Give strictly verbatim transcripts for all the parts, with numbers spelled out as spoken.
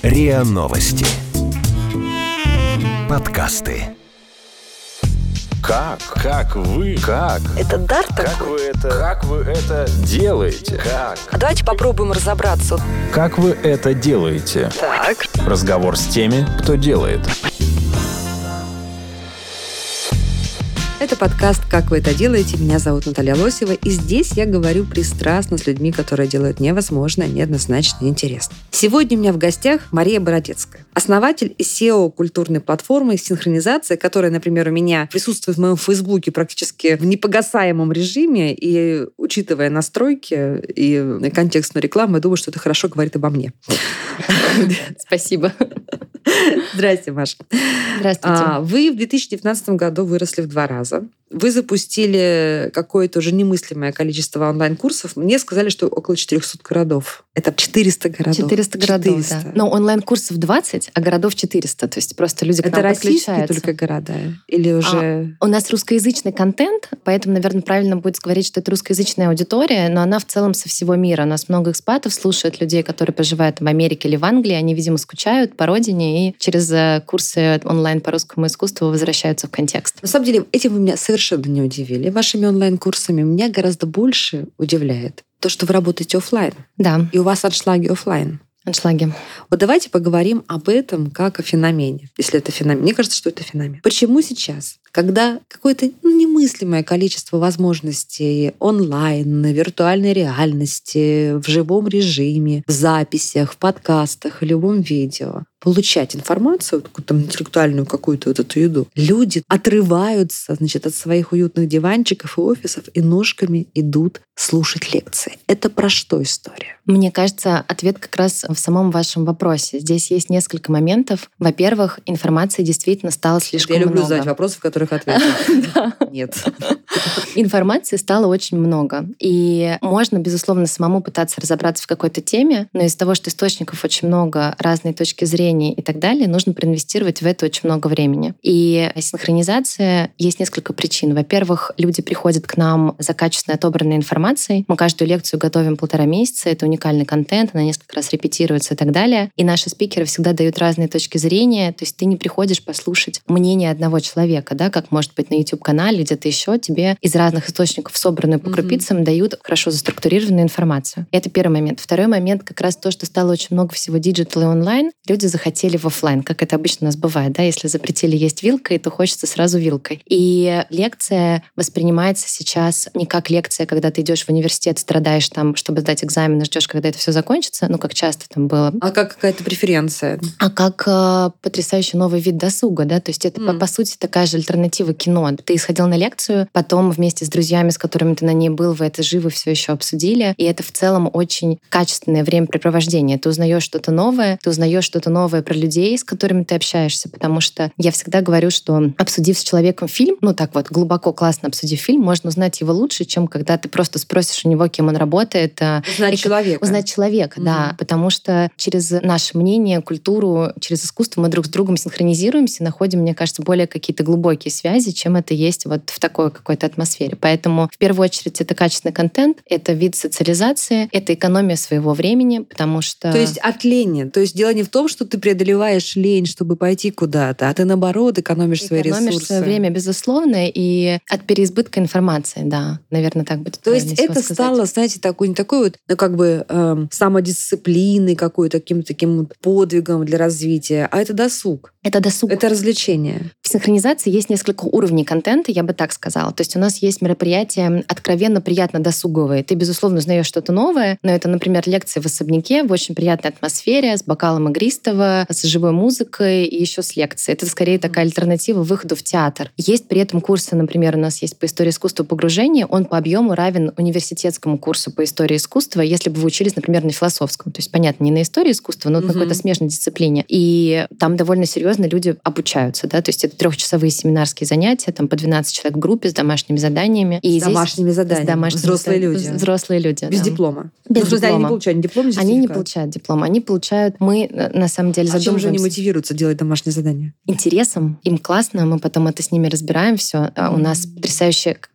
РИА Новости. Подкасты. Как? Как вы? Как? Это дар такой? Как вы это? Как вы это делаете? Как? А давайте попробуем разобраться. Как вы это делаете? Так. Разговор с теми, кто делает. Это подкаст «Как вы это делаете?». Меня зовут Наталья Лосева, и здесь я говорю пристрастно с людьми, которые делают невозможное, неоднозначно интересно. Сегодня у меня в гостях Мария Бородецкая, основатель и си и о культурной платформы «Синхронизация», которая, например, у меня присутствует в моем Фейсбуке практически в непогасаемом режиме, и, учитывая настройки и контекстную рекламу, я думаю, что это хорошо говорит обо мне. Спасибо. Здрасте, Маша. Здравствуйте. Вы в две тысячи девятнадцатом году выросли в два раза. Вы запустили какое-то уже немыслимое количество онлайн-курсов. Мне сказали, что около четырехсот городов. Это четыреста городов. четыреста городов, четыреста. Да. Но онлайн-курсов двадцать, а городов четыреста. То есть просто люди к Это нам подключаются. Это российские только города? Или уже... А, у нас русскоязычный контент, поэтому, наверное, правильно будет говорить, что это русскоязычная аудитория, но она в целом со всего мира. У нас много экспатов слушают людей, которые проживают в Америке или в Англии. Они, видимо, скучают по родине и через курсы онлайн по русскому искусству возвращаются в контекст. На самом деле, этим вы меня совершенно не удивили. Вашими онлайн-курсами меня гораздо больше удивляет то, что вы работаете офлайн. Да. И у вас аншлаги офлайн. Аншлаги. Вот давайте поговорим об этом как о феномене. Если это феномен. Мне кажется, что это феномен. Почему сейчас, когда какое-то ну, немыслимое количество возможностей онлайн, виртуальной реальности, в живом режиме, в записях, в подкастах, в любом видео, получать информацию, какую-то интеллектуальную какую-то вот эту еду, люди отрываются, значит, от своих уютных диванчиков и офисов и ножками идут слушать лекции. Это про что история? Мне кажется, ответ как раз в самом вашем вопросе. Здесь есть несколько моментов. Во-первых, информации действительно стало слишком много. Я люблю задать вопросы, в которых ответы нет. Информации стало очень много. И можно, безусловно, самому пытаться разобраться в какой-то теме, но из-за того, что источников очень много, разные точки зрения и так далее, нужно проинвестировать в это очень много времени. И синхронизация есть несколько причин. Во-первых, люди приходят к нам за качественно отобранной информацией. Мы каждую лекцию готовим полтора месяца. Это уникальный контент, она несколько раз репетируется и так далее. И наши спикеры всегда дают разные точки зрения. То есть ты не приходишь послушать мнение одного человека, да, как может быть на YouTube-канале, где-то еще. Тебе из разных источников, собранную по крупицам, mm-hmm. дают хорошо заструктурированную информацию. Это первый момент. Второй момент как раз то, что стало очень много всего диджитал и онлайн. Люди захотели в офлайн, как это обычно у нас бывает. Да? Если запретили есть вилкой, то хочется сразу вилкой. И лекция воспринимается сейчас не как лекция, когда ты идешь в университет, страдаешь там, чтобы сдать экзамен, ждешь, когда это все закончится, ну, как часто там было. А как какая-то преференция? А как э, потрясающий новый вид досуга, да? То есть это, mm. по, по сути, такая же альтернатива кино. Ты сходил на лекцию, потом вместе с друзьями, с которыми ты на ней был, вы это живо все еще обсудили, и это в целом очень качественное времяпрепровождение. Ты узнаешь что-то новое, ты узнаешь что-то новое про людей, с которыми ты общаешься, потому что я всегда говорю, что обсудив с человеком фильм, ну так вот, глубоко, классно обсудив фильм, можно узнать его лучше, чем когда ты просто спросишь у него, кем он работает. Узнать и, человека. Узнать человека, mm-hmm. да. Потому что через наше мнение, культуру, через искусство мы друг с другом синхронизируемся, находим, мне кажется, более какие-то глубокие связи, чем это есть вот в такой какой-то атмосфере. Поэтому в первую очередь это качественный контент, это вид социализации, это экономия своего времени, потому что... То есть от лени. То есть дело не в том, что ты преодолеваешь лень, чтобы пойти куда-то, а ты, наоборот, экономишь свои ресурсы. Экономишь свое время, безусловно, и от переизбытка информации, да, наверное, так будет. То есть это стало, знаете, такой, не такой вот, ну, как бы э, самодисциплиной какой-то, таким таким подвигом для развития, а это досуг. Это досуг. Это развлечение. В синхронизации есть несколько уровней контента, я бы так сказала. То есть у нас есть мероприятия откровенно приятно досуговые. Ты, безусловно, узнаешь что-то новое, но это, например, лекции в особняке в очень приятной атмосфере, с бокалом игристого, с живой музыкой и еще с лекцией. Это скорее такая альтернатива выходу в театр. Есть при этом курсы, например, у нас есть по истории искусства погружения, он по объему равен университетскому курсу по истории искусства, если бы вы учились, например, на философском. То есть, понятно, не на истории искусства, но uh-huh. на какой-то смежной дисциплине. И там довольно серьезно люди обучаются. Да? То есть это трехчасовые семинарские занятия, там по двенадцать человек в группе с домашними заданиями. И с домашними заданиями. С домашними взрослые зад... люди. Взрослые люди, Без да. диплома. Без ну, диплома. Они не получают диплом, не Они не получают диплом. Они получают... Мы, на самом деле, а задумываемся... чем же они мотивируются делать домашние задания? Интересом. Им классно, мы потом это с ними разбираем все. Mm-hmm. У нас потрясающая как бы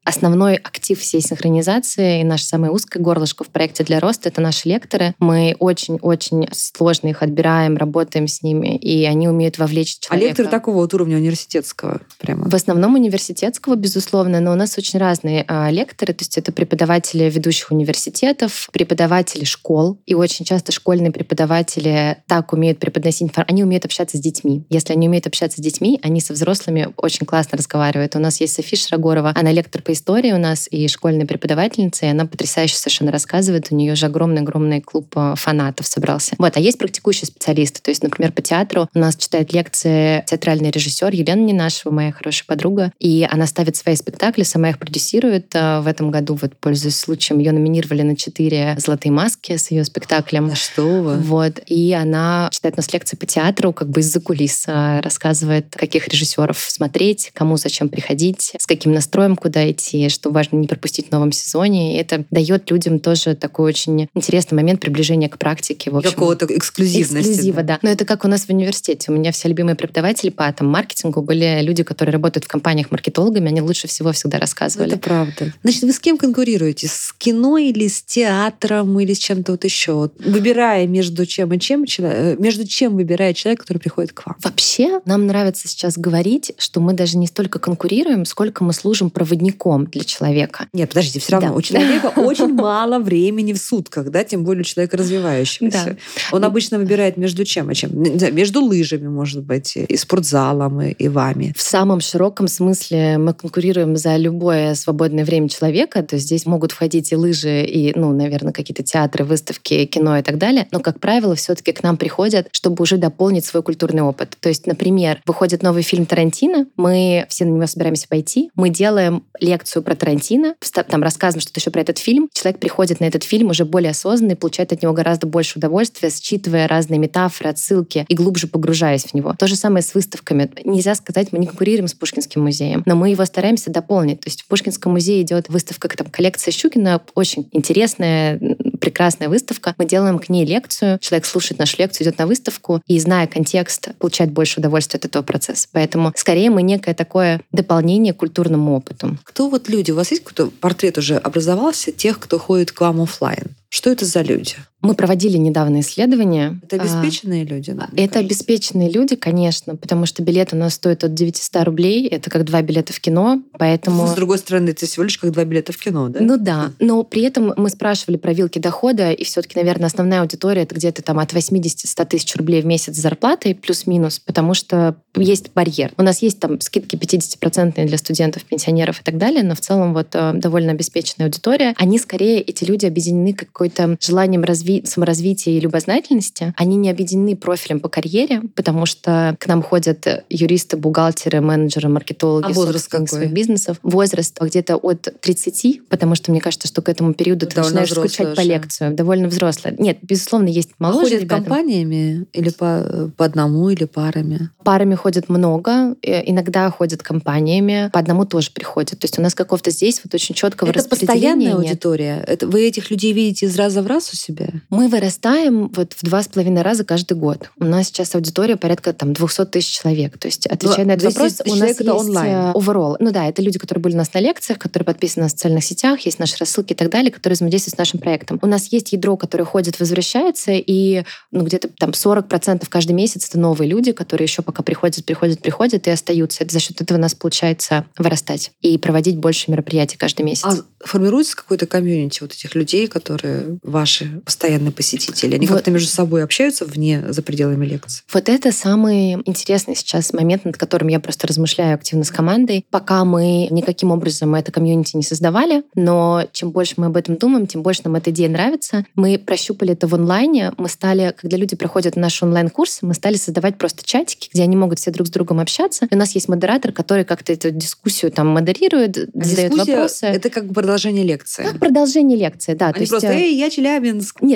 Основной актив всей синхронизации и наше самое узкое горлышко в проекте «Для роста» — это наши лекторы. Мы очень-очень сложно их отбираем, работаем с ними, и они умеют вовлечь человека. А лекторы такого вот уровня университетского прямо? В основном университетского, безусловно, но у нас очень разные а, лекторы, то есть это преподаватели ведущих университетов, преподаватели школ, и очень часто школьные преподаватели так умеют преподносить информацию, они умеют общаться с детьми. Если они умеют общаться с детьми, они со взрослыми очень классно разговаривают. У нас есть София Шрагорова, она лектор по истории у нас и школьная преподавательница, и она потрясающе совершенно рассказывает, у нее же огромный-огромный клуб фанатов собрался. Вот, а есть практикующие специалисты, то есть, например, по театру у нас читает лекции театральный режиссер Елена Ненашева, моя хорошая подруга, и она ставит свои спектакли, сама их продюсирует. В этом году, вот, пользуясь случаем, ее номинировали на четыре «Золотые маски» с ее спектаклем. Да что вы. Вот, и она читает у нас лекции по театру, как бы из-за кулис, рассказывает, каких режиссеров смотреть, кому зачем приходить, с каким настроем куда идти, что важно не пропустить в новом сезоне. И это дает людям тоже такой очень интересный момент приближения к практике. В общем, какого-то эксклюзивности. Эксклюзива, да. да. Но это как у нас в университете. У меня все любимые преподаватели по там, маркетингу были люди, которые работают в компаниях маркетологами, они лучше всего всегда рассказывали. Это правда. Значит, вы с кем конкурируете? С кино или с театром или с чем-то вот еще? Выбирая между чем и чем, между чем выбирает человек, который приходит к вам? Вообще, нам нравится сейчас говорить, что мы даже не столько конкурируем, сколько мы служим проводником для человека. Нет, подождите, все равно да. у человека очень мало времени в сутках, да, тем более у человека развивающегося. Он обычно выбирает между чем и чем? Между лыжами, может быть, и спортзалом, и вами. В самом широком смысле мы конкурируем за любое свободное время человека, то есть здесь могут входить и лыжи, и, ну, наверное, какие-то театры, выставки, кино и так далее, но, как правило, все-таки к нам приходят, чтобы уже дополнить свой культурный опыт. То есть, например, выходит новый фильм Тарантино, мы все на него собираемся пойти, мы делаем лекцию про Тарантино, там рассказываем что-то еще про этот фильм, человек приходит на этот фильм уже более осознанный, получает от него гораздо больше удовольствия, считывая разные метафоры, отсылки и глубже погружаясь в него. То же самое с выставками. Нельзя сказать, мы не конкурируем с Пушкинским музеем, но мы его стараемся дополнить. То есть в Пушкинском музее идет выставка, там, коллекция Щукина, очень интересная, прекрасная выставка. Мы делаем к ней лекцию, человек слушает нашу лекцию, идет на выставку и, зная контекст, получает больше удовольствия от этого процесса. Поэтому скорее мы некое такое дополнение к культурному опыту. Кто вот люди? У вас есть какой-то портрет уже образовался тех, кто ходит к вам офлайн? Что это за люди? Мы проводили недавно исследование. Это обеспеченные а, люди? Это кажется. Обеспеченные люди, конечно, потому что билет у нас стоит от девятьсот рублей. Это как два билета в кино, поэтому... С другой стороны, это всего лишь как два билета в кино, да? Ну да, но при этом мы спрашивали про вилки дохода, и все-таки, наверное, основная аудитория — это где-то там от восемьдесят - сто тысяч рублей в месяц зарплаты, плюс-минус, потому что есть барьер. У нас есть там скидки пятьдесят процентов для студентов, пенсионеров и так далее, но в целом вот довольно обеспеченная аудитория. Они скорее, эти люди, объединены какой-то желанием развить саморазвития и любознательности. Они не объединены профилем по карьере, потому что к нам ходят юристы, бухгалтеры, менеджеры, маркетологи, а возраст какой? Своих бизнесов. Возраст где-то от тридцати, потому что мне кажется, что к этому периоду ты начинаешь скучать уже. По лекцию. Довольно взрослая. Нет, безусловно, есть моложе. Ходят ребята. Компаниями или по, по одному, или парами? Парами ходят много, иногда ходят компаниями, по одному тоже приходят. То есть у нас какого-то здесь вот очень четкого это распределения постоянная нет. аудитория? Это вы этих людей видите из раза в раз у себя? Мы вырастаем вот в два с половиной раза каждый год. У нас сейчас аудитория порядка там двухсот тысяч человек. То есть, отвечая Но на этот вопрос, у нас есть онлайн. Overall. Ну да, это люди, которые были у нас на лекциях, которые подписаны на социальных сетях, есть наши рассылки и так далее, которые взаимодействуют с нашим проектом. У нас есть ядро, которое ходит, возвращается, и ну, где-то там сорок процентов каждый месяц это новые люди, которые еще пока приходят, приходят, приходят и остаются. Это за счет этого у нас получается вырастать и проводить больше мероприятий каждый месяц. А формируется какой-то комьюнити вот этих людей, которые ваши постоянные посетители? Они вот. Как-то между собой общаются вне, за пределами лекций? Вот это самый интересный сейчас момент, над которым я просто размышляю активно с командой. Пока мы никаким образом это комьюнити не создавали, но чем больше мы об этом думаем, тем больше нам эта идея нравится. Мы прощупали это в онлайне. Мы стали, когда люди проходят наши онлайн-курсы, мы стали создавать просто чатики, где они могут все друг с другом общаться. И у нас есть модератор, который как-то эту дискуссию там модерирует, а задает вопросы. Это как продолжение лекции? Как продолжение лекции, да. Они то есть, просто, эй, я Челябинск. Нет,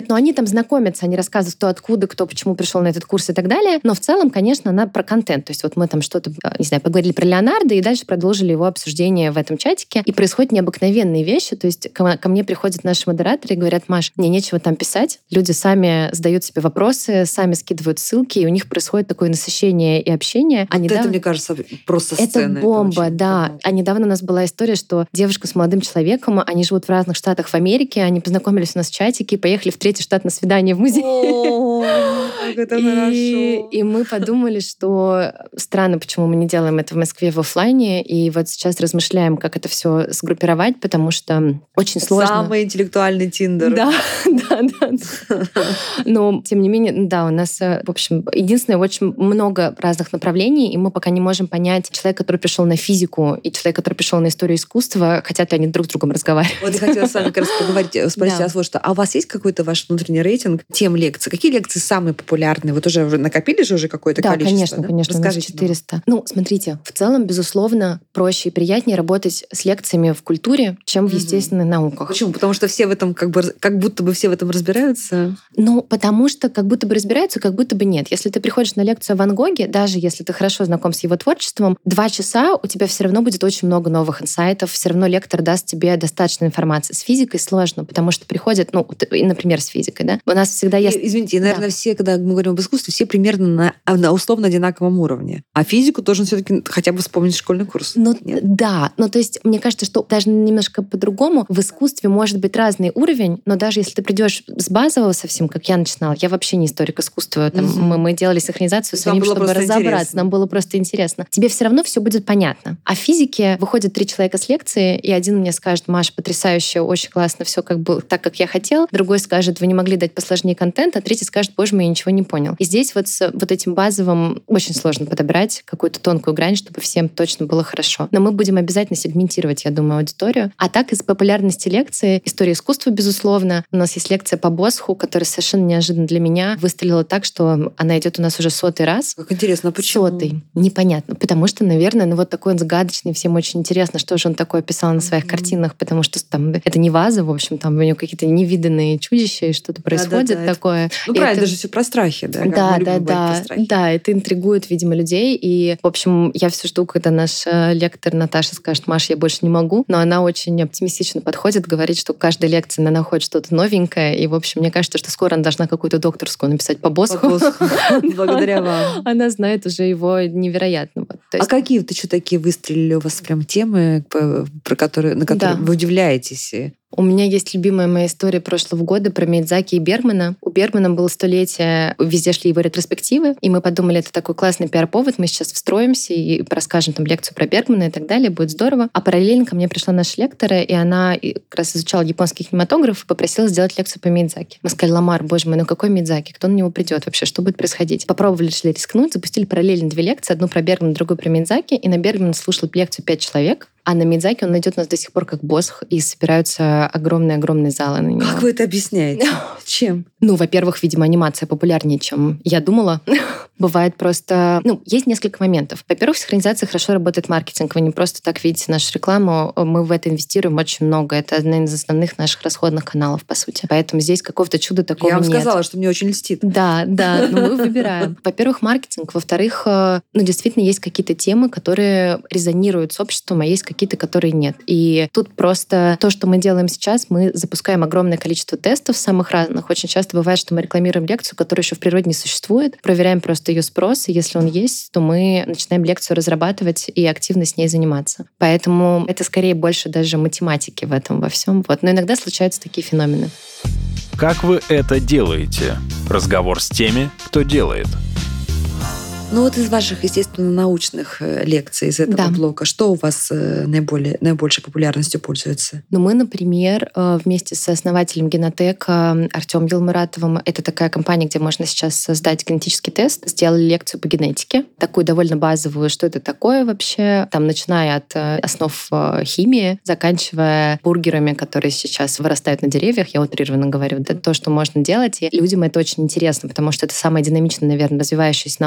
но они там знакомятся, они рассказывают, кто откуда, кто почему пришел на этот курс и так далее. Но в целом, конечно, она про контент. То есть вот мы там что-то, не знаю, поговорили про Леонардо и дальше продолжили его обсуждение в этом чатике. И происходят необыкновенные вещи. То есть ко, ко мне приходят наши модераторы и говорят: Маш, мне нечего там писать. Люди сами задают себе вопросы, сами скидывают ссылки, и у них происходит такое насыщение и общение. А вот недавно... это, мне кажется, просто сцена. Это бомба, это да. бомба. А недавно у нас была история, что девушка с молодым человеком, они живут в разных штатах в Америке, они познакомились у нас в чатике, поехали в третий штат на свидание в музей. О, как это хорошо. И мы подумали, что странно, почему мы не делаем это в Москве в офлайне, и вот сейчас размышляем, как это все сгруппировать, потому что очень сложно. Самый интеллектуальный Тиндер. Да, да, да. Но, тем не менее, да, у нас, в общем, единственное, очень много разных направлений, и мы пока не можем понять, человек, который пришел на физику, и человек, который пришел на историю искусства, хотят ли они друг с другом разговаривать. Вот я хотела с вами как раз поговорить, спросить вас вот что. А у вас есть какой-то ваш внутренний рейтинг тем лекций? Какие лекции самые популярные? Вот уже накопили же уже какое-то да, количество? Конечно, да, конечно, Расскажите. четыреста. Ну, смотрите, в целом, безусловно, проще и приятнее работать с лекциями в культуре, чем в естественных угу. науках. Почему? Потому что все в этом, как бы, как будто бы все в этом разбираются? Ну, потому что как будто бы разбираются, как будто бы нет. Если ты приходишь на лекцию о Ван Гоге, даже если ты хорошо знаком с его творчеством, два часа у тебя все равно будет очень много новых инсайтов, все равно лектор даст тебе достаточно информации. С физикой сложно, потому что приходят, ну, например, с физикой, да? У нас всегда есть... Извините, наверное, да. все, когда мы говорим об искусстве, все примерно на, на условно одинаковом уровне. А физику должен все-таки хотя бы вспомнить школьный курс. Ну, да. Ну, то есть, мне кажется, что даже немножко по-другому в искусстве может быть разный уровень, но даже если ты придешь с базового совсем, как я начинала, я вообще не историк искусства, там, угу. мы, мы делали синхронизацию своим, чтобы разобраться, интересно. Нам было просто интересно. Тебе все равно все будет понятно. А в физике выходят три человека с лекции, и один мне скажет: Маш, потрясающе, очень классно, все как бы так, как я хотел. Другой скажет: вы не могли дать посложнее контент, а третий скажет: боже мой, я ничего не понял. И здесь вот с вот этим базовым очень сложно подобрать какую-то тонкую грань, чтобы всем точно было хорошо. Но мы будем обязательно сегментировать, я думаю, аудиторию. А так, из популярности лекции, история искусства, безусловно. У нас есть лекция по Босху, которая совершенно неожиданно для меня выстрелила так, что она идет у нас уже сотый раз. Как интересно, почему? Сотый. Непонятно. Потому что, наверное, ну вот такой он загадочный, всем очень интересно, что же он такое писал на своих mm-hmm. картинах, потому что там это не ваза, в общем, там у него какие-то невиданные чудища, и что-то происходит да, да, да. такое. Ну, и правильно, это... это же все про страхи, да? Да, да, да. Да, это интригует, видимо, людей. И, в общем, я все жду, когда наш лектор Наташа скажет: Маш, я больше не могу. Но она очень оптимистично подходит, говорит, что каждая лекция она находит что-то новенькое. И, в общем, мне кажется, что скоро она должна какую-то докторскую написать по Босху. Благодаря вам. Она знает уже его невероятно. А какие-то еще такие выстрелили у вас прям темы, про которые, на которые вы удивляетесь? У меня есть любимая моя история прошлого года про Миядзаки и Бергмана. У Бергмана было столетие, везде шли его ретроспективы, и мы подумали, это такой классный пиар-повод, мы сейчас встроимся и расскажем там лекцию про Бергмана и так далее, будет здорово. А параллельно ко мне пришла наша лектора, и она как раз изучала японский кинематограф и попросила сделать лекцию по Миядзаки. Мы сказали: Ламар, боже мой, ну какой Миядзаки? Кто на него придет вообще? Что будет происходить? Попробовали, решили рискнуть, запустили параллельно две лекции, одну про Бергмана, другую про Миядзаки, и на Бергмана слушала лекцию пять человек. А на Миядзаки он идет у нас до сих пор как Босх, и собираются огромные-огромные залы на него. Как вы это объясняете? Чем? Ну, во-первых, видимо, анимация популярнее, чем я думала. Бывает просто... Ну, есть несколько моментов. Во-первых, в синхронизации хорошо работает маркетинг. Вы не просто так видите нашу рекламу. Мы в это инвестируем очень много. Это один из основных наших расходных каналов, по сути. Поэтому здесь какого-то чуда такого нет. Я вам нет. сказала, что мне очень льстит. Да, да, но мы выбираем. Во-первых, маркетинг. Во-вторых, ну, действительно, есть какие-то темы, которые резонируют с обществом, а есть какие-то, которые нет. И тут просто то, что мы делаем сейчас, мы запускаем огромное количество тестов самых разных. Очень часто бывает, что мы рекламируем лекцию, которая еще в природе не существует, проверяем просто ее спрос, и если он есть, то мы начинаем лекцию разрабатывать и активно с ней заниматься. Поэтому это скорее больше даже математики в этом во всем. Вот. Но иногда случаются такие феномены. Как вы это делаете? Разговор с теми, кто делает. Ну вот из ваших, естественно, научных лекций, из этого да. блока, что у вас наиболее, наибольшей популярностью пользуется? Ну, мы, например, вместе с основателем Генотека Артёмом Елмуратовым, это такая компания, где можно сейчас создать генетический тест, сделали лекцию по генетике, такую довольно базовую, что это такое вообще, там, начиная от основ химии, заканчивая бургерами, которые сейчас вырастают на деревьях, я утрированно говорю, это то, что можно делать, и людям это очень интересно, потому что это самая динамичная, наверное, развивающаяся наука сейчас,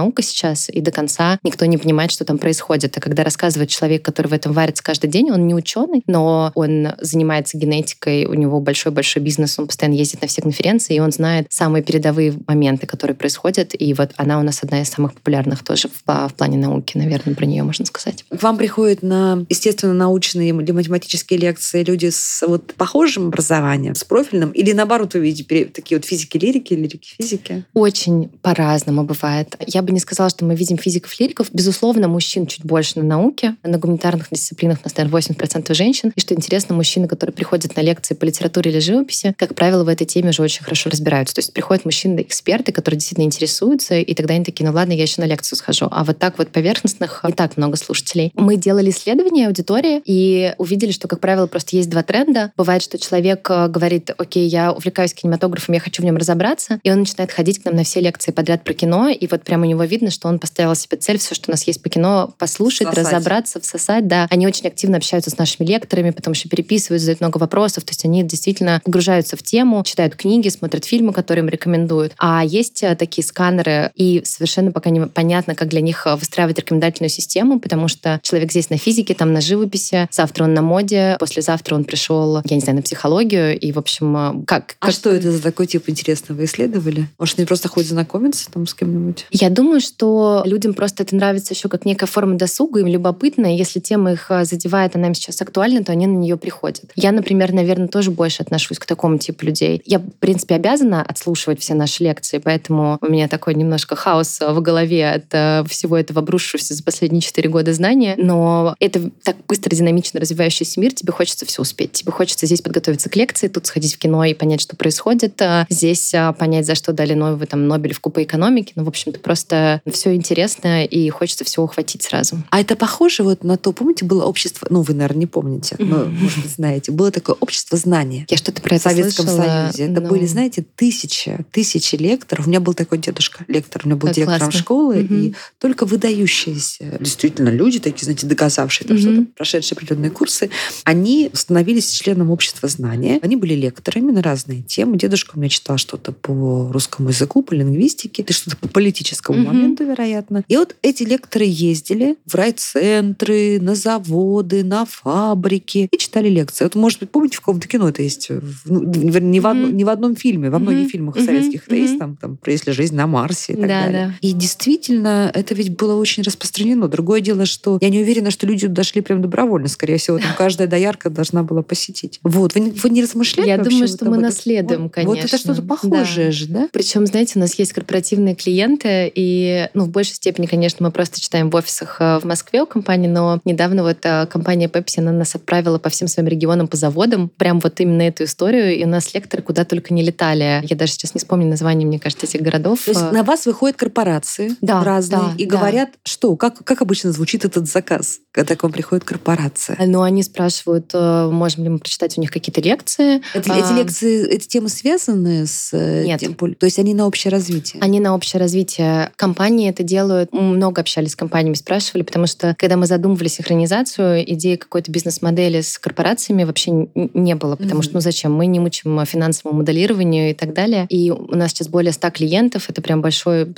процесс, и до конца никто не понимает, что там происходит. А когда рассказывает человек, который в этом варится каждый день, он не ученый, но он занимается генетикой, у него большой-большой бизнес, он постоянно ездит на все конференции, и он знает самые передовые моменты, которые происходят. И вот она у нас одна из самых популярных тоже в, в плане науки, наверное, про нее можно сказать. К вам приходят на, естественно, научные или математические лекции люди с вот похожим образованием, с профильным, или наоборот, вы видите такие вот физики-лирики, лирики-физики? Очень по-разному бывает. Я бы не сказала, что мы видим физиков-лириков. Безусловно, мужчин чуть больше на науке. На гуманитарных дисциплинах у нас, наверное, восемьдесят процентов женщин. И что интересно, мужчины, которые приходят на лекции по литературе или живописи, как правило, в этой теме уже очень хорошо разбираются. То есть приходят мужчины-эксперты, которые действительно интересуются, и тогда они такие, ну ладно, я еще на лекцию схожу. А вот так вот поверхностных не так много слушателей. Мы делали исследования аудитории и увидели, что, как правило, просто есть два тренда. Бывает, что человек говорит, окей, я увлекаюсь кинематографом, я хочу в нем разобраться, и он начинает ходить к нам на все лекции подряд про кино, и вот прямо у него видно, что он поставил себе цель все, что у нас есть по кино, послушать, всосать. разобраться, всосать. Да. Они очень активно общаются с нашими лекторами, потом еще переписывают, задают много вопросов, то есть они действительно погружаются в тему, читают книги, смотрят фильмы, которые им рекомендуют. А есть такие сканеры, и совершенно пока непонятно, как для них выстраивать рекомендательную систему, потому что человек здесь на физике, там на живописи, завтра он на моде, послезавтра он пришел, я не знаю, на психологию, и, в общем, как... А как... что это за такой тип интересного вы исследовали? Может, они просто ходят знакомиться там с кем-нибудь? Я думаю, что людям просто это нравится еще как некая форма досуга, им любопытно, и если тема их задевает, она им сейчас актуальна, то они на нее приходят. Я, например, наверное, тоже больше отношусь к такому типу людей. Я, в принципе, обязана отслушивать все наши лекции, поэтому у меня такой немножко хаос в голове от всего этого обрушившегося за последние четыре года знания, но это так быстро, динамично развивающийся мир, тебе хочется все успеть. Тебе хочется здесь подготовиться к лекции, тут сходить в кино и понять, что происходит, здесь понять, за что дали новый там Нобелевку по экономике. Ну, в общем-то, просто все интересно, и хочется все ухватить сразу. А это похоже вот на то, помните, было общество, ну, вы, наверное, не помните, mm-hmm. но, может быть, знаете, было такое общество знания. Я что-то про это в Советском слышала, Союзе. Это но... были, знаете, тысячи, тысячи лекторов. У меня был такой дедушка, лектор, у меня был как директором классно. школы, Mm-hmm. и только выдающиеся, действительно, люди такие, знаете, доказавшие там mm-hmm. что-то, прошедшие определенные курсы, они становились членом общества знания. Они были лекторами на разные темы. Дедушка у меня читал что-то по русскому языку, по лингвистике, и что-то по политическому mm-hmm. моменту, вероятно. И вот эти лекторы ездили в райцентры, на заводы, на фабрики и читали лекции. Вот, может быть, помните, в каком-то кино это есть? Ну, не, в одно, mm-hmm. не в одном фильме, во многих mm-hmm. фильмах mm-hmm. советских это mm-hmm. есть, там, там, про «Если жизнь на Марсе» и так да, далее. Да. И действительно, это ведь было очень распространено. Другое дело, что я не уверена, что люди дошли прям добровольно. Скорее всего, там каждая доярка должна была посетить. Вот. Вы, вы не размышляли Я вообще думаю, вот что мы этом? наследуем, вот, конечно. Вот это что-то похожее да. же, да? Причем, знаете, у нас есть корпоративные клиенты, и ну, в большей степени, конечно, мы просто читаем в офисах в Москве у компании, но недавно вот компания Pepsi, она нас отправила по всем своим регионам, по заводам, прям вот именно эту историю, и у нас лекторы куда только не летали. Я даже сейчас не вспомню название, мне кажется, этих городов. То есть на вас выходят корпорации да, разные да, и да. говорят, что? Как, как обычно звучит этот заказ, когда к вам приходит корпорация? Ну, они спрашивают, можем ли мы прочитать у них какие-то лекции. Это, а... Эти лекции, эти темы связаны с... Нет. Тем, то есть они на общее развитие? Они на общее развитие. Компании это делают. Мы много общались с компаниями, спрашивали, потому что, когда мы задумывали синхронизацию, идеи какой-то бизнес-модели с корпорациями вообще не было, потому mm-hmm. что, ну зачем? Мы не учим финансовому моделированию и так далее. И у нас сейчас более ста клиентов, это прям большой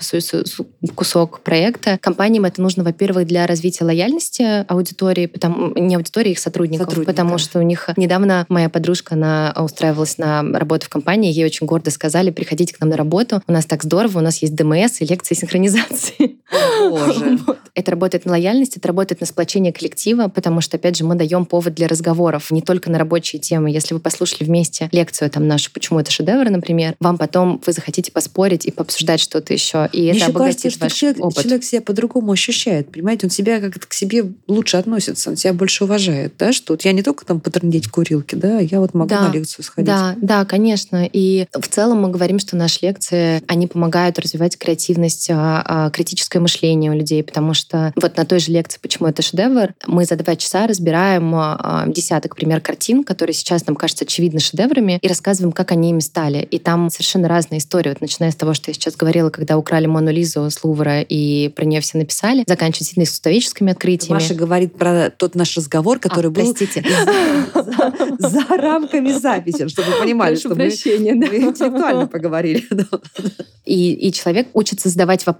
кусок проекта. Компаниям это нужно, во-первых, для развития лояльности аудитории, потому, не аудитории, их сотрудников, сотрудников, потому что у них недавно моя подружка, она устраивалась на работу в компании, ей очень гордо сказали, приходите к нам на работу, у нас так здорово, у нас есть ДМС и лекции синхронизации. О, Боже. Вот. Это работает на лояльность, это работает на сплочение коллектива, потому что, опять же, мы даем повод для разговоров не только на рабочие темы. Если вы послушали вместе лекцию там нашу «Почему это шедевр», например, вам потом вы захотите поспорить и пообсуждать что-то еще, и Мне это обогатит кажется, ваш что человек, опыт. человек себя по-другому ощущает, понимаете? Он себя как-то к себе лучше относится, он себя больше уважает, да, что вот я не только там потрындеть в курилке, да, я вот могу да, на лекцию сходить. Да, да, конечно. И в целом мы говорим, что наши лекции, они помогают развивать креативность, критическое мышление у людей, потому что вот на той же лекции «Почему это шедевр» мы за два часа разбираем десяток, пример, картин, которые сейчас нам кажутся очевидно шедеврами, и рассказываем, как они ими стали. И там совершенно разные истории. Вот начиная с того, что я сейчас говорила, когда украли Мону Лизу с Лувра, и про нее все написали, заканчивая действительно искусствоведческими открытиями. Маша говорит про тот наш разговор, который а, был простите. За, за, за рамками записи, чтобы вы понимали, Прошу что прощения, мы, да. мы интеллектуально поговорили. И, и человек учится задавать вопросы,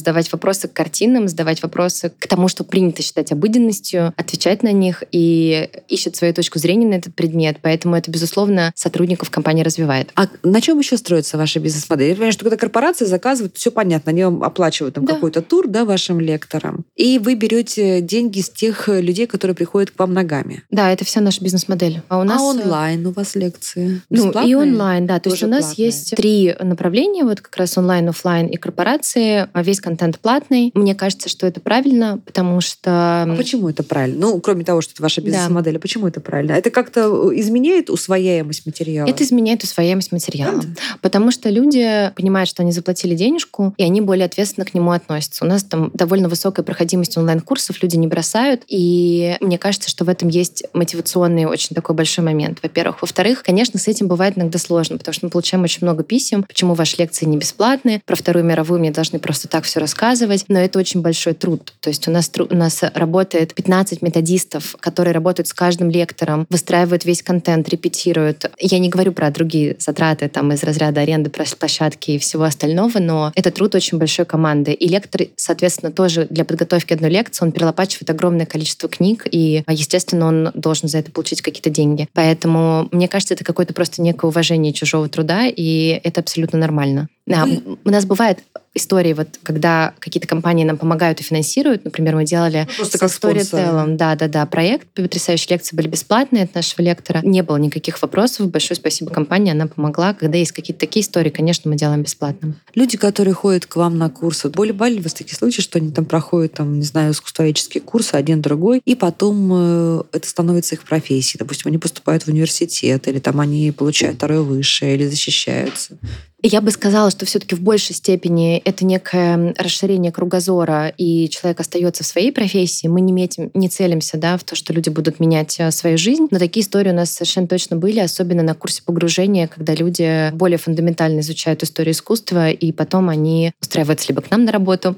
задавать вопросы к картинам, задавать вопросы к тому, что принято считать обыденностью, отвечать на них и ищет свою точку зрения на этот предмет. Поэтому это, безусловно, сотрудников компании развивает. А на чем еще строится ваша бизнес-модель? Я понимаю, что когда корпорация заказывает, все понятно, они вам оплачивают там, да. какой-то тур, да, вашим лекторам, и вы берете деньги с тех людей, которые приходят к вам ногами. Да, это вся наша бизнес-модель. А, у нас... а онлайн у вас лекции? Ну, и онлайн, да. То есть у нас платные. Есть три направления, вот как раз онлайн, офлайн и корпорации. Весь контент платный. Мне кажется, что это правильно, потому что... А почему это правильно? Ну, кроме того, что это ваша бизнес-модель, да. почему это правильно? Это как-то изменяет усвояемость материала? Это изменяет усвояемость материала. Правда? Потому что люди понимают, что они заплатили денежку, и они более ответственно к нему относятся. У нас там довольно высокая проходимость онлайн-курсов, люди не бросают, и мне кажется, что в этом есть мотивационный очень такой большой момент, во-первых. Во-вторых, конечно, с этим бывает иногда сложно, потому что мы получаем очень много писем, почему ваши лекции не бесплатные, про Вторую мировую мне должны просто так все рассказывать, но это очень большой труд. То есть у нас, у нас работает пятнадцать методистов, которые работают с каждым лектором, выстраивают весь контент, репетируют. Я не говорю про другие затраты там, из разряда аренды площадки и всего остального, но это труд очень большой команды. И лектор, соответственно, тоже для подготовки одной лекции, он перелопачивает огромное количество книг, и, естественно, он должен за это получить какие-то деньги. Поэтому, мне кажется, это какое-то просто некое уважение чужого труда, и это абсолютно нормально. Да, mm. У нас бывает истории, вот, когда какие-то компании нам помогают и финансируют. Например, мы делали просто как Storytel, да, да, да, проект. Потрясающие лекции были бесплатные от нашего лектора. Не было никаких вопросов. Большое спасибо компании, она помогла. Когда есть какие-то такие истории, конечно, мы делаем бесплатно. Люди, которые ходят к вам на курсы, бывали ли у вас такие случаи, что они там проходят, там, не знаю, искусствоведческие курсы, один другой, и потом э, это становится их профессией. Допустим, они поступают в университет, или там они получают второе высшее, или защищаются. Я бы сказала, что все-таки в большей степени это некое расширение кругозора, и человек остается в своей профессии. Мы не, метим, не целимся, да, в то, что люди будут менять свою жизнь. Но такие истории у нас совершенно точно были, особенно на курсе погружения, когда люди более фундаментально изучают историю искусства, и потом они устраиваются либо к нам на работу,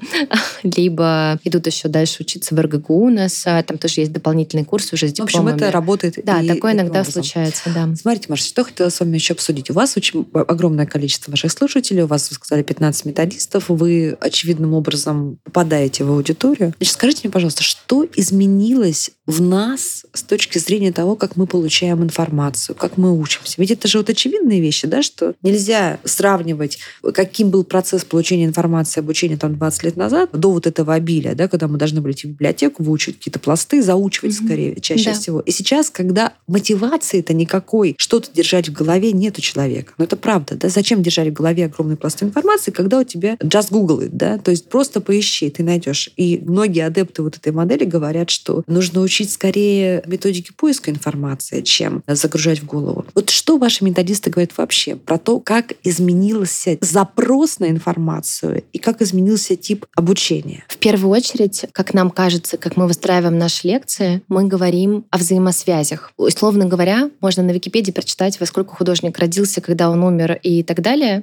либо идут еще дальше учиться в эр гэ гэ у. У нас там тоже есть дополнительный курс уже с дипломами. В общем, это работает. Да, такое иногда случается, да. Смотрите, Маша, что хотела с вами еще обсудить. У вас очень огромное количество ваших слушателей, у вас, вы сказали, пятнадцать методистов, вы очевидным образом попадаете в аудиторию. Значит, скажите мне, пожалуйста, что изменилось в нас с точки зрения того, как мы получаем информацию, как мы учимся? Ведь это же вот очевидные вещи, да, что нельзя сравнивать, каким был процесс получения информации, обучения там двадцать лет назад, до вот этого обилия, да, когда мы должны были идти в библиотеку, выучить какие-то пласты, заучивать mm-hmm. скорее, чаще да. всего. И сейчас, когда мотивации-то никакой, что-то держать в голове нет у человека. Но это правда, да? Зачем держать в голове огромный пласт информации, когда у тебя just Google it, да, то есть просто поищи, ты найдешь. И многие адепты вот этой модели говорят, что нужно учить скорее методики поиска информации, чем загружать в голову. Вот что ваши методисты говорят вообще про то, как изменился запрос на информацию и как изменился тип обучения? В первую очередь, как нам кажется, как мы выстраиваем наши лекции, мы говорим о взаимосвязях. Условно говоря, можно на Википедии прочитать, во сколько художник родился, когда он умер и так далее,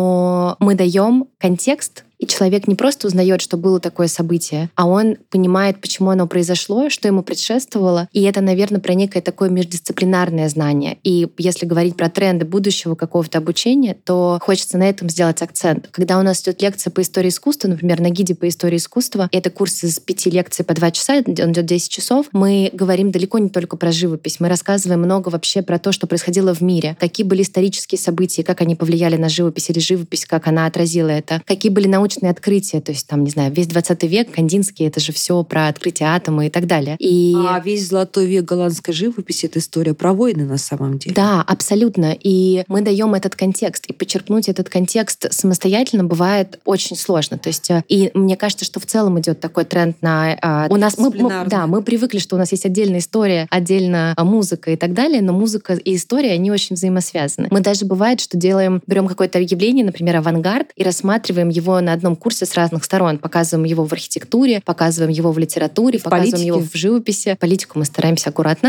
но мы даем контекст, и человек не просто узнает, что было такое событие, а он понимает, почему оно произошло, что ему предшествовало. И это, наверное, про некое такое междисциплинарное знание. И если говорить про тренды будущего какого-то обучения, то хочется на этом сделать акцент. Когда у нас идет лекция по истории искусства, например, на гиде по истории искусства, это курс из пяти лекций по два часа, он идет десять часов, мы говорим далеко не только про живопись, мы рассказываем много вообще про то, что происходило в мире, какие были исторические события, как они повлияли на живопись или живопись, как она отразила это, какие были научные научные открытия, то есть там, не знаю, весь двадцатый век, Кандинский, это же все про открытие атома и так далее. И... А весь золотой век голландской живописи — это история про войны на самом деле. Да, абсолютно. И мы даем этот контекст, и подчеркнуть этот контекст самостоятельно бывает очень сложно. То есть, и мне кажется, что в целом идет такой тренд на... У нас мы, мы, да, мы привыкли, что у нас есть отдельная история, отдельно музыка и так далее, но музыка и история, они очень взаимосвязаны. Мы даже бывает, что делаем, берем какое-то явление, например, авангард, и рассматриваем его на одном курсе с разных сторон. Показываем его в архитектуре, показываем его в литературе, в показываем политике. Его в живописи. Политику мы стараемся аккуратно.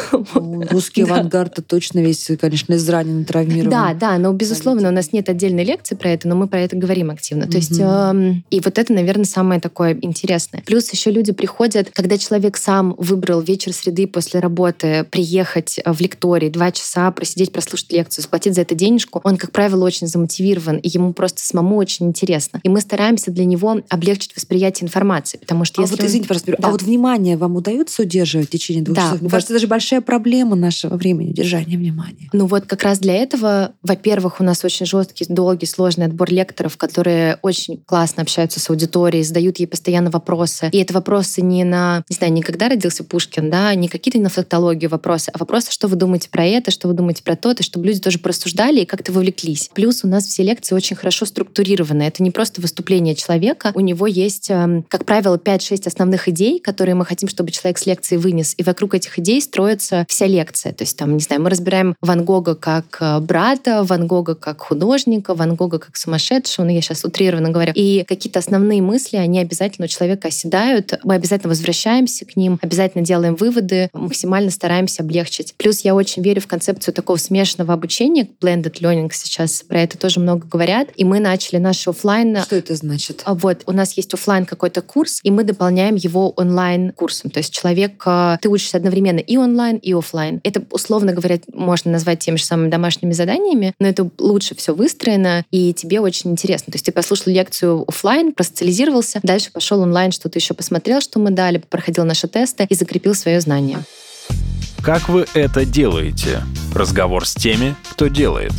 Ну, русский авангард — точно весь, конечно, изранен, травмирован. Да, да, но, безусловно, у нас нет отдельной лекции про это, но мы про это говорим активно. То есть, э, и вот это, наверное, самое такое интересное. Плюс еще люди приходят, когда человек сам выбрал вечер среды после работы, приехать в лекторий, два часа просидеть, прослушать лекцию, заплатить за это денежку, он, как правило, очень замотивирован, и ему просто самому очень интересно. И мы стараемся для него облегчить восприятие информации, потому что а если вот, он... извините, пожалуйста, Да. а вот внимание вам удается удерживать в течение двух Да, часов? Мне вот. кажется, это же большая проблема нашего времени, удержания внимания. Ну вот как раз для этого, во-первых, у нас очень жесткий, долгий, сложный отбор лекторов, которые очень классно общаются с аудиторией, задают ей постоянно вопросы. И это вопросы не на, не знаю, не когда родился Пушкин, да, не какие-то на фактологию вопросы, а вопросы, что вы думаете про это, что вы думаете про то, и чтобы люди тоже порассуждали и как-то вовлеклись. Плюс у нас все лекции очень хорошо структурированы. Это не просто выступление человека. У него есть, как правило, пять-шесть основных идей, которые мы хотим, чтобы человек с лекции вынес. И вокруг этих идей строится вся лекция. То есть там, не знаю, мы разбираем Ван Гога как брата, Ван Гога как художника, Ван Гога как сумасшедшего, ну я сейчас утрированно говорю. И какие-то основные мысли, они обязательно у человека оседают. Мы обязательно возвращаемся к ним, обязательно делаем выводы, максимально стараемся облегчить. Плюс я очень верю в концепцию такого смешанного обучения, blended learning, сейчас про это тоже много говорят. И мы начали наш офлайн. Что это значит? Вот, у нас есть офлайн какой-то курс, и мы дополняем его онлайн-курсом. То есть человек, ты учишься одновременно и онлайн, и офлайн. Это, условно говоря, можно назвать теми же самыми домашними заданиями, но это лучше все выстроено, и тебе очень интересно. То есть ты послушал лекцию офлайн, просоциализировался, дальше пошел онлайн, что-то еще посмотрел, что мы дали, проходил наши тесты и закрепил свое знание. Как вы это делаете? Разговор с теми, кто делает.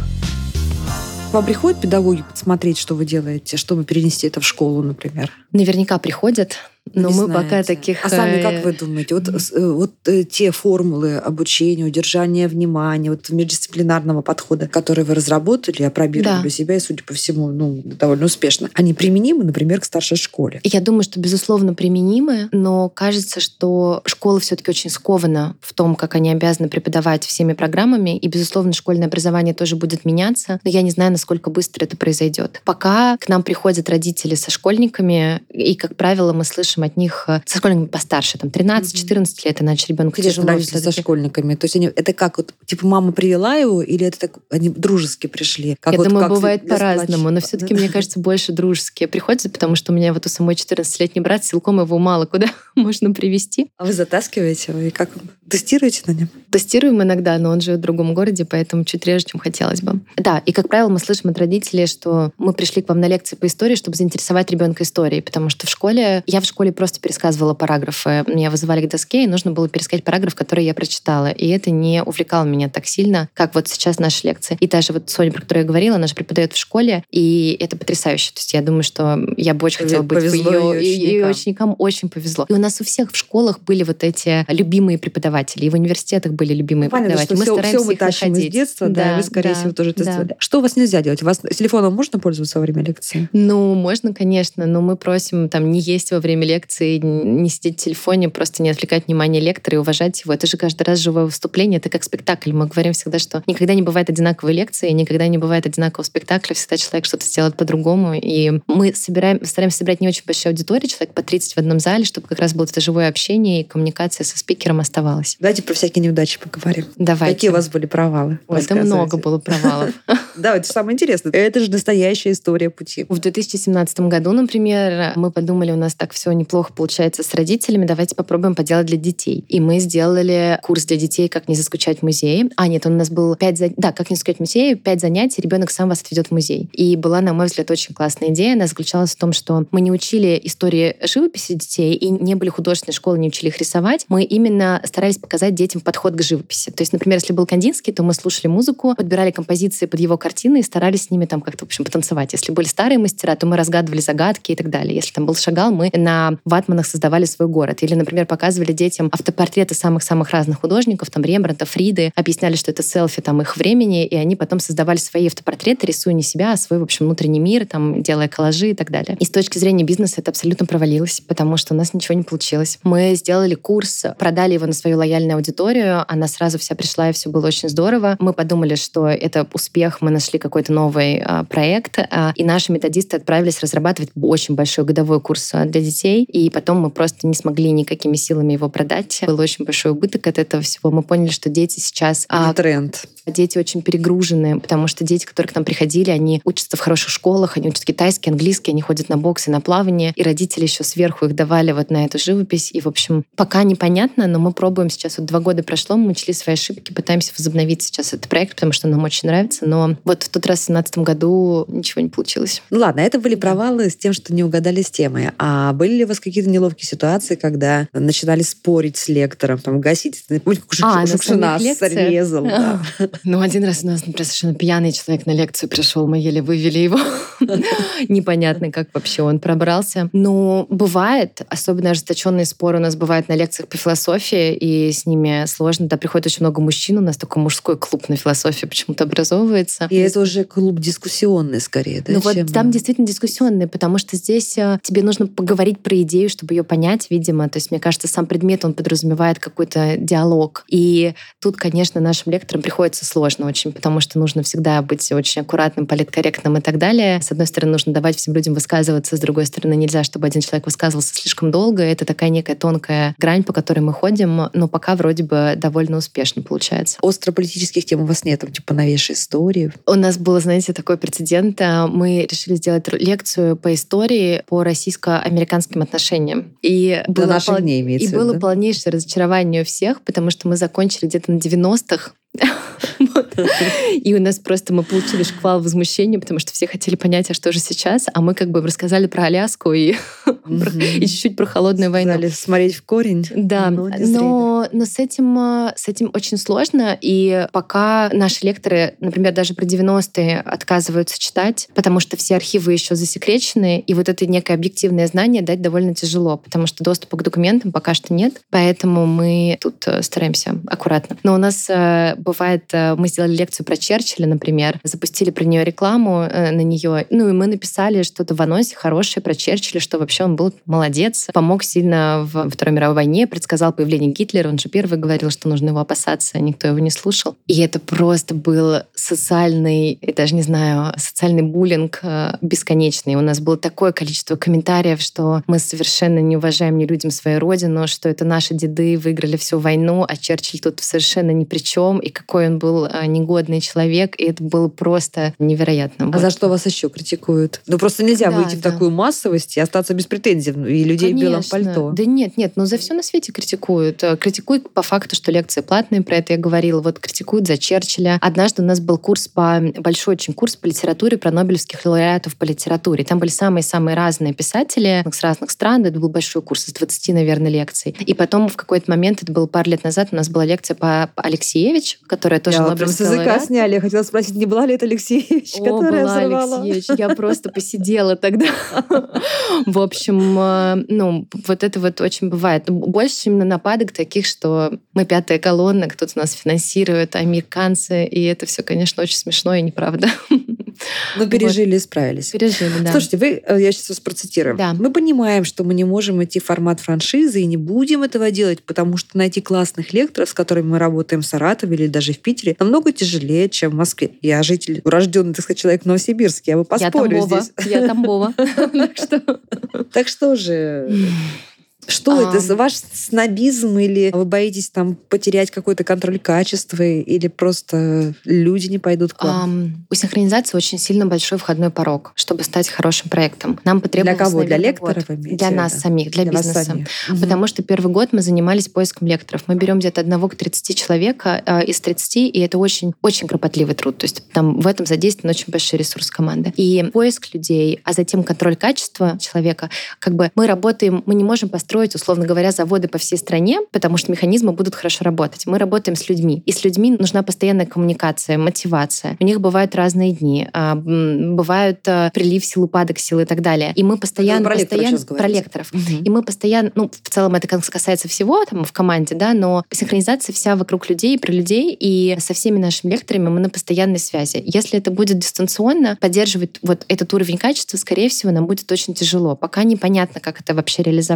К вам приходят педагоги посмотреть, что вы делаете, чтобы перенести это в школу, например? Наверняка приходят. Но Не мы знаете. пока таких... А сами как вы думаете? Вот, вот те формулы обучения, удержания внимания, вот междисциплинарного подхода, которые вы разработали, опробировали Да. у себя, и, судя по всему, ну, довольно успешно, они применимы, например, к старшей школе? Я думаю, что, безусловно, применимы, но кажется, что школа все-таки очень скована в том, как они обязаны преподавать всеми программами, и, безусловно, школьное образование тоже будет меняться, но я не знаю, насколько быстро это произойдет. Пока к нам приходят родители со школьниками, и, как правило, мы слышим от них, со школьниками постарше, там тринадцать-четырнадцать лет, иначе ребенок Где же тяжело родители со всё-таки. школьниками? То есть они, это как, вот, типа, мама привела его, или это так, они дружески пришли? Как Я вот, думаю, как бывает для по-разному, но младшего? все-таки, мне кажется, больше дружеские приходят, потому что у меня вот у самой четырнадцатилетний брат, силком его мало куда можно привести. А вы затаскиваете его? И как? Тестируете на нем? Тестируем иногда, но он живет в другом городе, поэтому чуть реже, чем хотелось бы. Да, и, как правило, мы слышим от родителей, что мы пришли к вам на лекции по истории, чтобы заинтересовать ребенка историей, потому что в школе... Я в школе просто пересказывала параграфы. Меня вызывали к доске, и нужно было пересказать параграф, который я прочитала. И это не увлекало меня так сильно, как вот сейчас наши лекции. И даже вот Соня, про которую я говорила, она же преподает в школе, и это потрясающе. То есть я думаю, что я бы очень хотела быть Повезло в ее... ее Ее ученикам. ученикам очень повезло. И у нас у всех в школах были вот эти любимые преподаватели, и в университетах были любимые Понятно, что преподаватели. Мы все, стараемся все мы их тащим находить. из детства, да, и вы, скорее да, всего, тоже да. тестировали. Что у вас нельзя делать? У вас телефоном можно пользоваться во время лекции? Ну, можно, конечно, но мы просим там не есть во время лекции, не сидеть в телефоне, просто не отвлекать внимание лектора и уважать его. Это же каждый раз живое выступление, это как спектакль. Мы говорим всегда, что никогда не бывает одинаковой лекции, никогда не бывает одинакового спектакля, всегда человек что-то сделает по-другому. И мы собираем, стараемся собирать не очень большую аудиторию, человек по тридцать в одном зале, чтобы как раз было это живое общение и коммуникация со спикером оставалась. Давайте про всякие неудачи поговорим. Давайте. Какие у вас были провалы? Ой, это много было провалов. Да, это самое интересное. Это же настоящая история пути. В две тысячи семнадцатом году, например, мы подумали, у нас так все неплохо получается с родителями, давайте попробуем поделать для детей. И мы сделали курс для детей «Как не заскучать в музее». А, нет, он у нас был пять занятий. Да, «Как не заскучать в музее», пять занятий, ребенок сам вас отведет в музей. И была, на мой взгляд, очень классная идея. Она заключалась в том, что мы не учили истории живописи детей и не были художественной школы, не учили их рисовать. Мы именно старались показать детям подход к живописи. То есть, например, если был Кандинский, то мы слушали музыку, подбирали композиции под его картины и старались с ними там как-то, в общем, потанцевать. Если были старые мастера, то мы разгадывали загадки и так далее. Если там был Шагал, мы на ватманах создавали свой город. Или, например, показывали детям автопортреты самых-самых разных художников, там Рембрандта, Фриды, объясняли, что это селфи там их времени, и они потом создавали свои автопортреты, рисуя не себя, а свой, в общем, внутренний мир, там, делая коллажи и так далее. И с точки зрения бизнеса это абсолютно провалилось, потому что у нас ничего не получилось. Мы сделали курс, продали его на свою лояльную аудиторию, она сразу вся пришла, и все было очень здорово. Мы подумали, что это успех, мы нашли какой-то новый а, проект, а, и наши методисты отправились разрабатывать очень большой годовой курс для детей, и потом мы просто не смогли никакими силами его продать. Был очень большой убыток от этого всего. Мы поняли, что дети сейчас... Не тренд. Дети очень перегружены, потому что дети, которые к нам приходили, они учатся в хороших школах, они учат китайский, английский, они ходят на бокс и на плавание, и родители еще сверху их давали вот на эту живопись. И, в общем, пока непонятно, но мы пробуем сейчас. Вот два года прошло, мы учли свои ошибки, пытаемся возобновить сейчас этот проект, потому что нам очень нравится. Но вот в тот раз в семнадцатом году ничего не получилось. Ну ладно, это были провалы с тем, что не угадали с темой. А были ли у вас какие-то неловкие ситуации, когда начинали спорить с лектором, там, гасить? А, Шукшина срезал. Да. Ну, один раз у нас, например, совершенно пьяный человек на лекцию пришел, мы еле вывели его. Непонятно, как вообще он пробрался. Но бывает, особенно ожесточенные споры у нас бывают на лекциях по философии, и с ними сложно. Да, приходит очень много мужчин, у нас такой мужской клуб на философии почему-то образовывается. И это уже клуб дискуссионный скорее, да? Ну вот там действительно дискуссионный, потому что здесь тебе нужно поговорить про идею, чтобы ее понять, видимо. То есть, мне кажется, сам предмет, он подразумевает какой-то диалог. И тут, конечно, нашим лекторам приходится сложно очень, потому что нужно всегда быть очень аккуратным, политкорректным и так далее. С одной стороны, нужно давать всем людям высказываться, с другой стороны, нельзя, чтобы один человек высказывался слишком долго. Это такая некая тонкая грань, по которой мы ходим, но пока вроде бы довольно успешно получается. Острополитических тем у вас нет, там, типа новейшей истории? У нас был, знаете, такой прецедент. Мы решили сделать лекцию по истории по российско-американским отношениям. И До было, наших пол... дней имеется, и было да? полнейшее разочарование у всех, потому что мы закончили где-то на девяностых. И у нас просто мы получили шквал возмущения, потому что все хотели понять, а что же сейчас, а мы как бы рассказали про Аляску и чуть-чуть про холодную войну. Сказали смотреть в корень. Да, но с этим с этим очень сложно, и пока наши лекторы, например, даже про девяностые отказываются читать, потому что все архивы еще засекречены, и вот это некое объективное знание дать довольно тяжело, потому что доступа к документам пока что нет, поэтому мы тут стараемся аккуратно. Но у нас бывает, мы сделали лекцию про Черчилля, например, запустили про нее рекламу на нее, ну и мы написали что-то в анонсе хорошее про Черчилля, что вообще он был молодец, помог сильно во Второй мировой войне, предсказал появление Гитлера, он же первый говорил, что нужно его опасаться, никто его не слушал. И это просто был социальный, я даже не знаю, социальный буллинг бесконечный. У нас было такое количество комментариев, что мы совершенно не уважаем ни людям свою родину, что это наши деды выиграли всю войну, а Черчилль тут совершенно ни при чем, и какой он был негодный человек, и это было просто невероятно. А вот. За что вас еще критикуют? Ну просто нельзя Да, выйти в да. такую массовость и остаться без претензий, и людей Конечно. в белом пальто. Да нет, нет, ну за все на свете критикуют. Критикуют по факту, что лекции платные, про это я говорила. Вот критикуют за Черчилля. Однажды у нас был курс по, большой очень курс по литературе про нобелевских лауреатов по литературе. Там были самые-самые разные писатели с разных стран. Это был большой курс из двадцати, наверное, лекций. И потом в какой-то момент, это было пару лет назад, у нас была лекция по Алексеевич, которая тоже Я вот прям с нобелевская языка лауреат. сняли. Я хотела спросить, не была ли это Алексеевич, О, которая была взорвала? Алексеевич. Я просто посидела тогда. В общем, ну, вот это вот очень бывает. Больше именно нападок таких, что мы пятая колонна, кто-то нас финансирует, американцы, и это все, конечно, очень смешно и неправда. Ну, пережили и справились. Пережили, да. Слушайте, вы, я сейчас вас процитирую. Да. Мы понимаем, что мы не можем идти в формат франшизы и не будем этого делать, потому что найти классных лекторов, с которыми мы работаем в Саратове или даже в Питере, намного тяжелее, чем в Москве. Я житель, урожденный, так сказать, человек в Новосибирске. Я бы поспорю Я Тамбова. здесь. Я Тамбова. Так что... Так что же... Что А. это? Ваш снобизм или вы боитесь там потерять какой-то контроль качества или просто люди не пойдут к вам? Ам, у синхронизации очень сильно большой входной порог, чтобы стать хорошим проектом. Нам потребовалось, Для кого? Для наверное, лекторов год. имеете Для в нас виду? самих, для, Для вас бизнеса. самих. Потому Мгм. что первый год мы занимались поиском лекторов. Мы берем где-то одного к тридцати человека э, из тридцати, и это очень, очень кропотливый труд. То есть там в этом задействован очень большой ресурс команды. И поиск людей, а затем контроль качества человека. Как бы мы работаем, мы не можем построить, условно говоря, заводы по всей стране, потому что механизмы будут хорошо работать. Мы работаем с людьми. И с людьми нужна постоянная коммуникация, мотивация. У них бывают разные дни, а, м, бывают а, прилив сил, упадок сил и так далее. И мы постоянно... Вы про лекторов постоянно сейчас про говорите. лекторов. Мгм. И мы постоянно... Ну, в целом это касается всего там в команде, да, но синхронизация вся вокруг людей, про людей, и со всеми нашими лекторами мы на постоянной связи. Если это будет дистанционно, поддерживать вот этот уровень качества, скорее всего, нам будет очень тяжело. Пока непонятно, как это вообще реализовать. Понятно,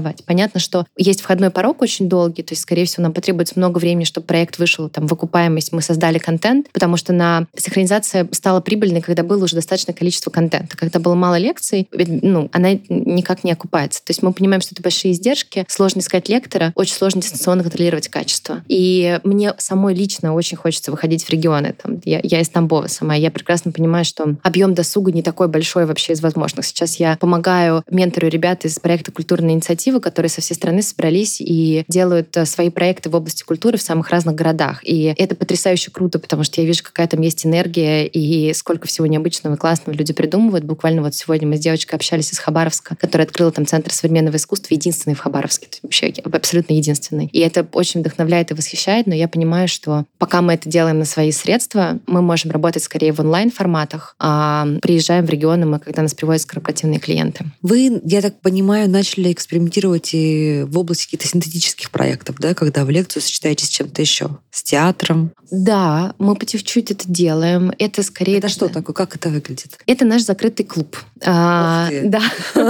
понятно, что есть входной порог очень долгий, то есть, скорее всего, нам потребуется много времени, чтобы проект вышел там в окупаемость, мы создали контент, потому что на синхронизация стала прибыльной, когда было уже достаточное количество контента. Когда было мало лекций, ну, она никак не окупается. То есть мы понимаем, что это большие издержки, сложно искать лектора, очень сложно дистанционно контролировать качество. И мне самой лично очень хочется выходить в регионы. Там, я, я из Тамбова сама, я прекрасно понимаю, что объем досуга не такой большой вообще из возможных. Сейчас я помогаю ментору ребят из проекта «Культурная инициатива», которые со всей страны собрались и делают свои проекты в области культуры в самых разных городах. И это потрясающе круто, потому что я вижу, какая там есть энергия и сколько всего необычного и классного люди придумывают. Буквально вот сегодня мы с девочкой общались из Хабаровска, которая открыла там Центр современного искусства, единственный в Хабаровске. Вообще абсолютно единственный. И это очень вдохновляет и восхищает, но я понимаю, что пока мы это делаем на свои средства, мы можем работать скорее в онлайн-форматах, а приезжаем в регионы мы, когда нас приводят корпоративные клиенты. Вы, я так понимаю, начали экспериментировать и в области каких-то синтетических проектов, да, когда в лекцию сочетаете с чем-то еще, с театром? Да, мы по чуть-чуть это делаем. Это скорее... Это что такое? Как это выглядит? Это наш закрытый клуб. А, да.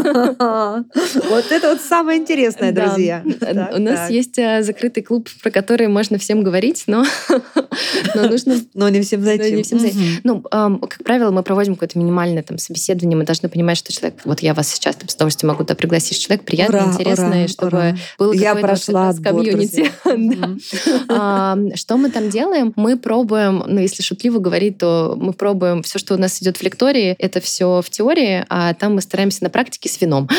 Вот это вот самое интересное, друзья. У нас есть закрытый клуб, про который можно всем говорить, но нужно... Но не всем зайти. Ну, как правило, мы проводим какое-то минимальное там собеседование, мы должны понимать, что человек... Вот я вас сейчас с удовольствием могу пригласить, человек приятный, интересный, чтобы было какое-то комьюнити. Что мы там делаем? Мы пробуем, ну, если шутливо говорить, то мы пробуем все, что у нас идет в лектории, это все в теории, а там мы стараемся на практике с вином.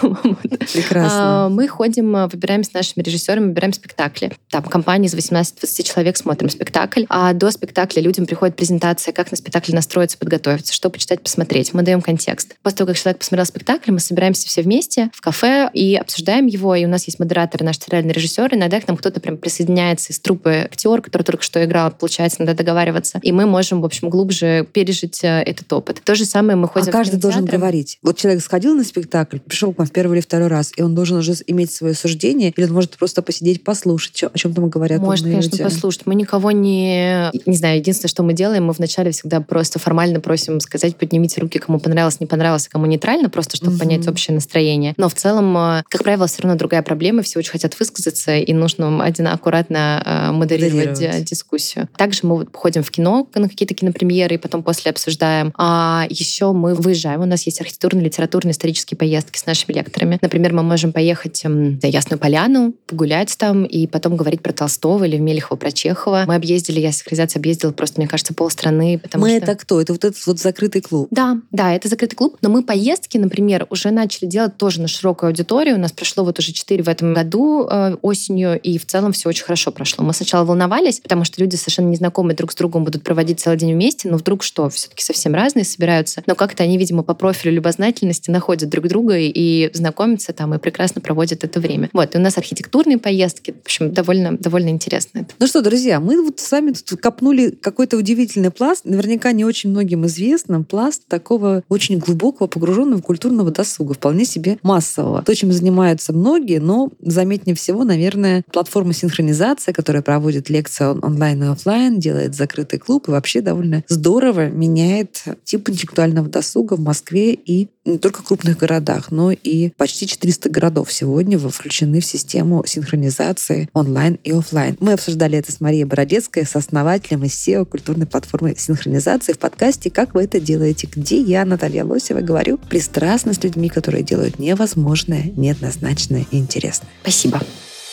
Прекрасно. Мы ходим, выбираем с нашими режиссерами, выбираем спектакли. Там компания из восемнадцати-двадцати человек смотрим спектакль, а до спектакля людям приходит презентация, как на спектакль настроиться, подготовиться, что почитать, посмотреть. Мы даем контекст. После того, как человек посмотрел спектакль, мы собираемся все вместе в кафе и обсуждаем его, и у нас есть модераторы, наш театральный режиссер, иногда к нам кто-то прям присоединяется из труппы актер, который только что играл, получается, надо договариваться. И мы можем, в общем, глубже пережить этот опыт. То же самое мы ходим а каждый в кинотеатры. Должен говорить. Вот человек сходил на спектакль, пришел к вам в первый или второй раз, и он должен уже иметь свое суждение, или он может просто посидеть, послушать, о чем там говорят. Может, конечно, люди. Послушать. Мы никого не... Не знаю, единственное, что мы делаем, мы вначале всегда просто формально просим сказать, поднимите руки, кому понравилось, не понравилось, а кому нейтрально, просто чтобы угу. понять общее настроение. Но в целом, как правило, все равно другая проблема, все очень хотят высказаться, и нужно один аккуратно модерировать, модерировать дискуссию. Также мы вот ходим в кино на какие-то кинопремьеры, и потом после обсуждаем. А еще мы выезжаем. У нас есть архитектурные, литературные, исторические поездки с нашими лекторами. Например, мы можем поехать на Ясную Поляну, погулять там, и потом говорить про Толстого или Мелехова, про Чехова. Мы объездили, я синхронизацию объездила просто, мне кажется, полстраны. Мы что... это кто? Это вот этот вот закрытый клуб? Да, да, это закрытый клуб. Но мы поездки, например, уже начали делать тоже на широкую аудиторию. У нас прошло вот уже четыре в этом году э, осенью, и в целом все очень хорошо прошло. Мы сначала волновались, потому что люди совершенно незнакомые друг с другом будут проводить целый день вместе, но вдруг что, все-таки совсем разные собираются. Но как-то они, видимо, по профилю любознательности находят друг друга и, и знакомятся там, и прекрасно проводят это время. Вот, и у нас архитектурные поездки, в общем, довольно, довольно интересно это. Ну что, друзья, мы вот с вами тут копнули какой-то удивительный пласт, наверняка не очень многим известным, пласт такого очень глубокого, погруженного культурного досуга, вполне себе массового. То, чем занимаются многие, но заметнее всего, наверное, платформа «Синхронизация», которая проводит лекции онлайн и офлайн, делает закрытый клуб и вообще довольно здорово меняет тип интеллектуального досуга в Москве и не только в крупных городах, но и почти четыреста городов сегодня включены в систему синхронизации онлайн и офлайн. Мы обсуждали это с Марией Бородецкой, сооснователем и сео культурной платформы «Синхронизации» в подкасте «Как вы это делаете?», где я, Наталья Лосева, говорю пристрастно с людьми, которые делают невозможное, неоднозначное и интересное. Спасибо.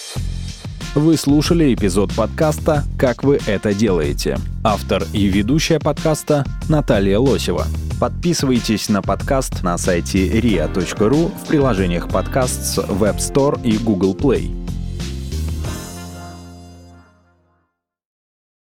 Вы слушали эпизод подкаста «Как вы это делаете?». Автор и ведущая подкаста Наталья Лосева. Подписывайтесь на подкаст на сайте риа точка ру, в приложениях подкаст с Web Store и Google Play.